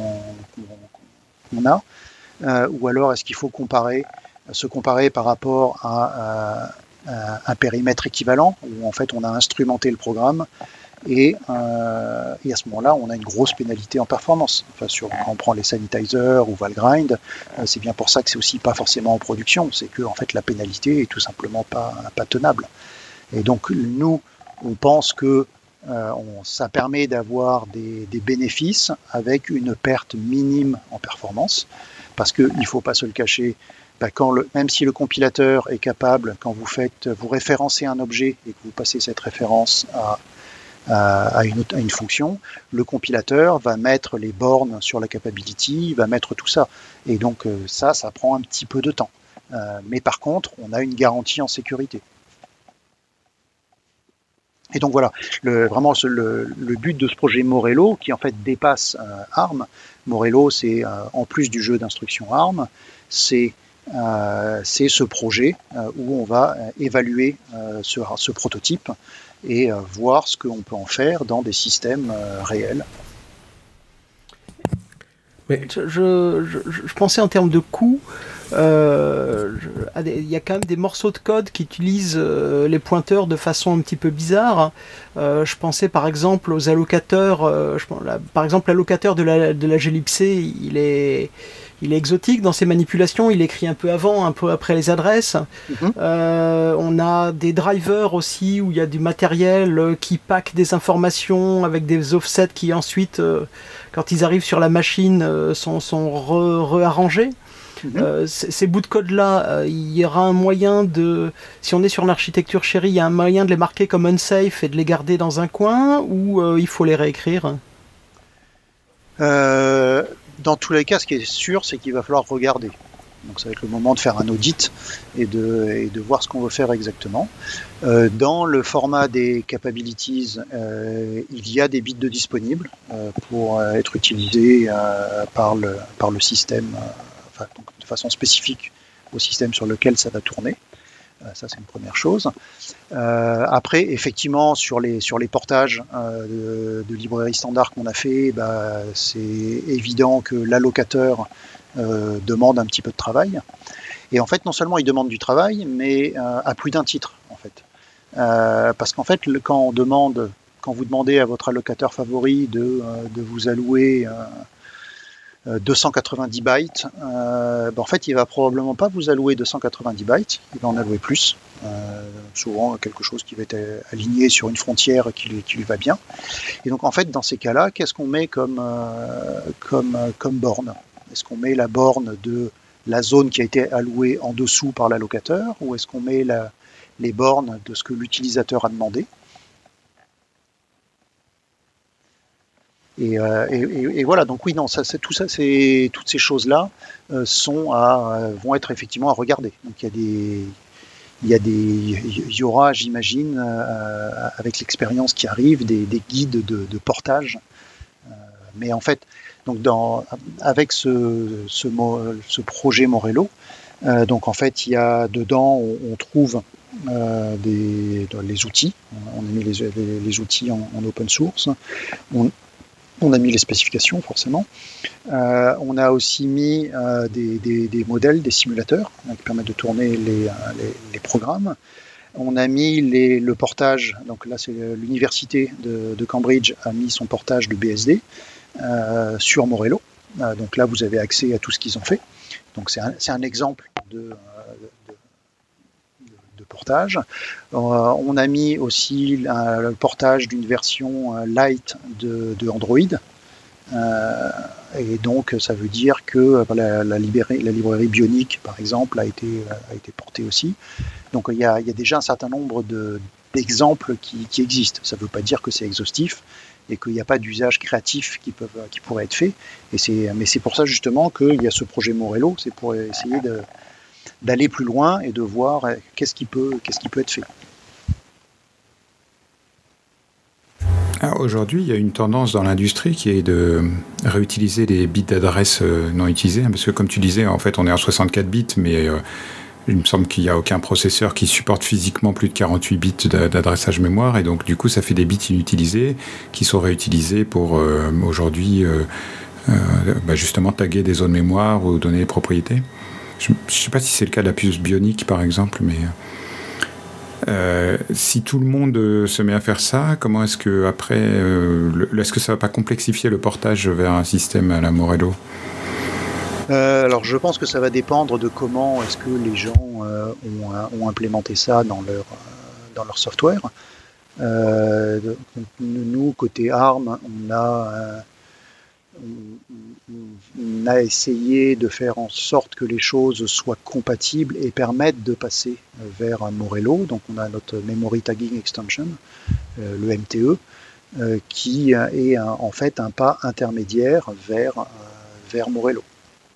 qu'on a, ou alors est-ce qu'il faut se comparer par rapport à un périmètre équivalent, où en fait on a instrumenté le programme, et à ce moment-là on a une grosse pénalité en performance. Enfin, quand on prend les Sanitizer ou Valgrind, c'est bien pour ça que c'est aussi pas forcément en production, c'est que en fait la pénalité est tout simplement pas tenable. Et donc nous on pense que ça permet d'avoir des bénéfices avec une perte minime en performance, parce qu'il ne faut pas se le cacher, même si le compilateur est capable, quand vous référencez un objet et que vous passez cette référence à une fonction, le compilateur va mettre les bornes sur la capability, va mettre tout ça. Et donc ça prend un petit peu de temps. Mais par contre, on a une garantie en sécurité. Et donc voilà, vraiment le but de ce projet Morello, qui en fait dépasse ARM. Morello, c'est en plus du jeu d'instruction ARM, c'est ce projet où on va évaluer ce prototype et voir ce qu'on peut en faire dans des systèmes réels. Mais je pensais en termes de coût, il y a quand même des morceaux de code qui utilisent les pointeurs de façon un petit peu bizarre. Je pensais par exemple aux allocateurs. Par exemple, l'allocateur de la glibc, il est exotique dans ses manipulations, il écrit un peu avant, un peu après les adresses. On a des drivers aussi où il y a du matériel qui pack des informations avec des offsets qui ensuite, quand ils arrivent sur la machine, sont réarrangés. Ces bouts de code-là, il y aura un moyen si on est sur une architecture chérie, il y a un moyen de les marquer comme unsafe et de les garder dans un coin, ou il faut les réécrire? Dans tous les cas, ce qui est sûr, c'est qu'il va falloir regarder. Donc ça va être le moment de faire un audit et de voir ce qu'on veut faire exactement. Dans le format des capabilities, il y a des bits de disponibles pour être utilisés par le système, donc de façon spécifique au système sur lequel ça va tourner. Ça, c'est une première chose. Après, effectivement, sur les portages de librairies standards qu'on a fait, c'est évident que l'allocateur demande un petit peu de travail. Et en fait, non seulement il demande du travail, mais à plus d'un titre, en fait. Parce qu'en fait, quand vous demandez à votre allocateur favori de vous allouer 290 bytes, en fait, il va probablement pas vous allouer 290 bytes, il va en allouer plus, souvent quelque chose qui va être aligné sur une frontière qui lui va bien. Et donc, en fait, dans ces cas-là, qu'est-ce qu'on met comme borne? Est-ce qu'on met la borne de la zone qui a été allouée en dessous par l'allocateur, ou est-ce qu'on met les bornes de ce que l'utilisateur a demandé? Et voilà, donc oui, non, toutes ces choses-là vont être effectivement à regarder. Donc il y aura, j'imagine, avec l'expérience qui arrive, des guides de portage. Mais en fait, donc avec ce projet Morello, donc en fait, il y a dedans, on trouve les outils. On a mis les outils en open source. On a mis les spécifications, forcément. On a aussi mis des modèles, des simulateurs qui permettent de tourner les programmes. On a mis le portage, donc là c'est l'université de Cambridge a mis son portage de BSD sur Morello. Donc là vous avez accès à tout ce qu'ils ont fait. Donc c'est un exemple de portage. On a mis aussi le portage d'une version light de Android. Et donc ça veut dire que la librairie Bionic, par exemple, a été portée aussi. Donc il y a déjà un certain nombre d'exemples qui existent. Ça ne veut pas dire que c'est exhaustif et qu'il n'y a pas d'usage créatif qui pourrait être fait. Mais c'est pour ça justement qu'il y a ce projet Morello, c'est pour essayer d'aller plus loin et de voir qu'est-ce qui peut être fait. Alors aujourd'hui, il y a une tendance dans l'industrie qui est de réutiliser les bits d'adresse non utilisés, parce que comme tu disais, en fait, on est en 64 bits, mais il me semble qu'il n'y a aucun processeur qui supporte physiquement plus de 48 bits d'adressage mémoire, et donc du coup, ça fait des bits inutilisés qui sont réutilisés pour aujourd'hui justement taguer des zones mémoire ou donner des propriétés. Je ne sais pas si c'est le cas de la puce Bionic, par exemple, mais si tout le monde se met à faire ça, comment est-ce que après, est-ce que ça ne va pas complexifier le portage vers un système à la Morello? Alors je pense que ça va dépendre de comment est-ce que les gens ont implémenté ça dans leur software. Nous, côté ARM, on a essayé de faire en sorte que les choses soient compatibles et permettent de passer vers un Morello. Donc on a notre Memory Tagging Extension, le MTE, qui est en fait un pas intermédiaire vers Morello.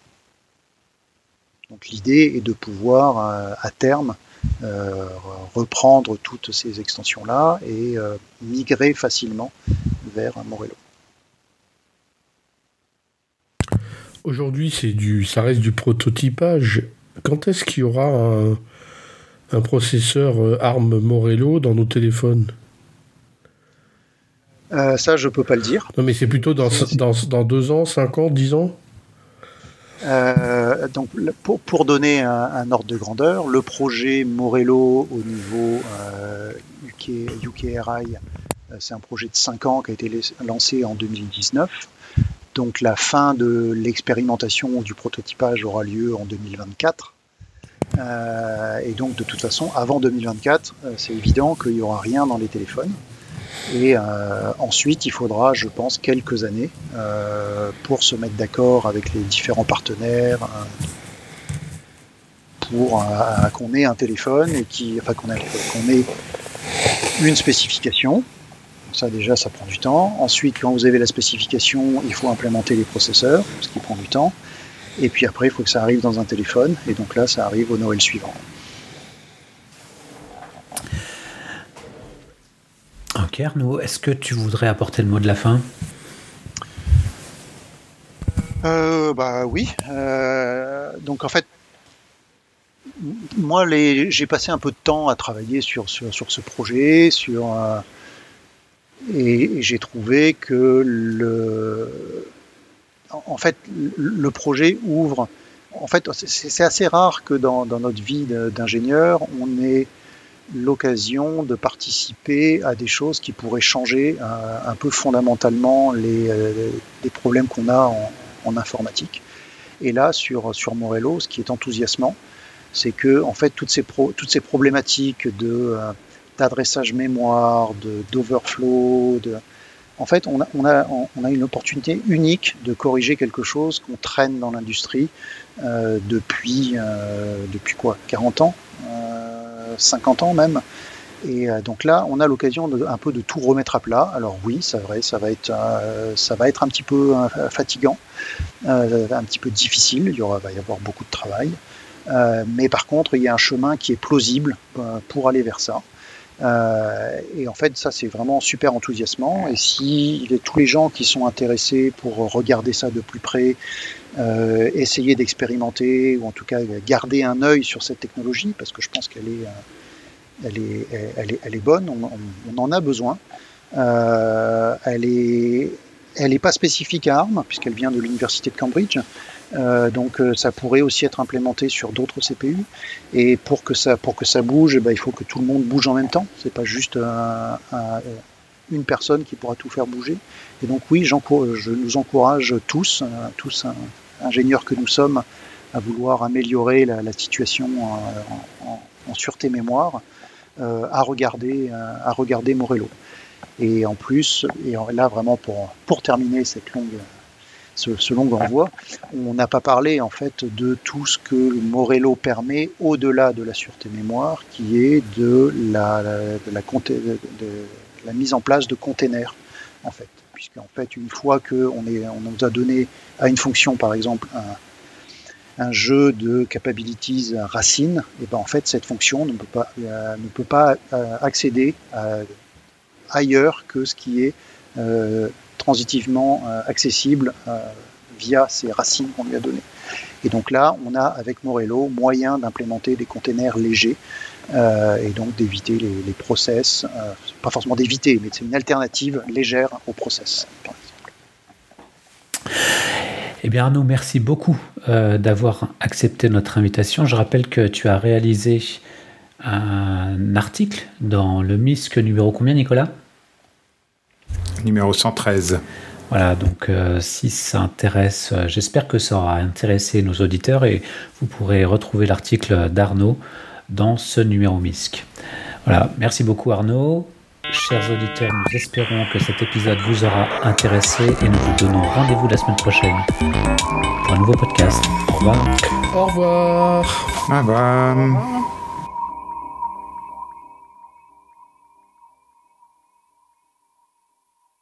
Donc l'idée est de pouvoir à terme reprendre toutes ces extensions-là et migrer facilement vers un Morello. Aujourd'hui, ça reste du prototypage. Quand est-ce qu'il y aura un processeur ARM Morello dans nos téléphones? Ça, je peux pas le dire. Non, mais c'est plutôt dans 2 ans, 5 ans, 10 ans? Donc, pour donner un ordre de grandeur, le projet Morello au niveau UKRI, c'est un projet de 5 ans qui a été lancé en 2019. Donc la fin de l'expérimentation du prototypage aura lieu en 2024. Et donc de toute façon, avant 2024, c'est évident qu'il n'y aura rien dans les téléphones. Et ensuite, il faudra, je pense, quelques années pour se mettre d'accord avec les différents partenaires pour qu'on ait un téléphone et qu'on ait une spécification. Ça déjà, ça prend du temps. Ensuite, quand vous avez la spécification, il faut implémenter les processeurs, ce qui prend du temps. Et puis après, il faut que ça arrive dans un téléphone. Et donc là, ça arrive au Noël suivant. Ok Arnaud, est-ce que tu voudrais apporter le mot de la fin? Oui. Donc en fait, moi, j'ai passé un peu de temps à travailler sur ce projet, et j'ai trouvé que en fait, le projet ouvre. En fait, c'est assez rare que dans notre vie d'ingénieur, on ait l'occasion de participer à des choses qui pourraient changer un peu fondamentalement les problèmes qu'on a en informatique. Et là, sur Morello, ce qui est enthousiasmant, c'est que en fait toutes ces problématiques d'adressage mémoire, d'overflow, en fait on a une opportunité unique de corriger quelque chose qu'on traîne dans l'industrie depuis 40 ans, 50 ans même. Et donc là, on a l'occasion un peu de tout remettre à plat. Alors oui, c'est vrai, ça va être un petit peu fatigant, un petit peu difficile. Va y avoir beaucoup de travail. Mais par contre, il y a un chemin qui est plausible pour aller vers ça. Et en fait, ça, c'est vraiment super enthousiasmant. Et si tous les gens qui sont intéressés pour regarder ça de plus près, essayer d'expérimenter, ou en tout cas garder un œil sur cette technologie, parce que je pense qu'elle est bonne, on en a besoin. Elle est pas spécifique à ARM, puisqu'elle vient de l'université de Cambridge. Donc ça pourrait aussi être implémenté sur d'autres CPU, et pour que ça bouge, il faut que tout le monde bouge en même temps. C'est pas juste une personne qui pourra tout faire bouger. Et donc oui, je nous encourage tous ingénieurs que nous sommes, à vouloir améliorer la situation en sûreté mémoire, à regarder Morello. Et en plus, et là vraiment pour terminer ce long envoi, on n'a pas parlé en fait de tout ce que Morello permet au-delà de la sûreté mémoire, qui est de la mise en place de containers, en fait. Puisqu'en fait, une fois qu'on nous a donné à une fonction, par exemple, un jeu de capabilities racine, et en fait, cette fonction ne peut pas accéder ailleurs que ce qui est transitivement accessible via ces racines qu'on lui a données. Et donc là, on a avec Morello moyen d'implémenter des containers légers et donc d'éviter les process, pas forcément d'éviter, mais c'est une alternative légère aux process, par exemple. Eh bien Arnaud, merci beaucoup d'avoir accepté notre invitation. Je rappelle que tu as réalisé un article dans le MISC numéro combien, Nicolas ? Numéro 113. Voilà, donc si ça intéresse, j'espère que ça aura intéressé nos auditeurs, et vous pourrez retrouver l'article d'Arnaud dans ce numéro MISC. Voilà, merci beaucoup Arnaud. Chers auditeurs, nous espérons que cet épisode vous aura intéressé, et nous vous donnons rendez-vous la semaine prochaine pour un nouveau podcast. Au revoir. Au revoir. Au revoir.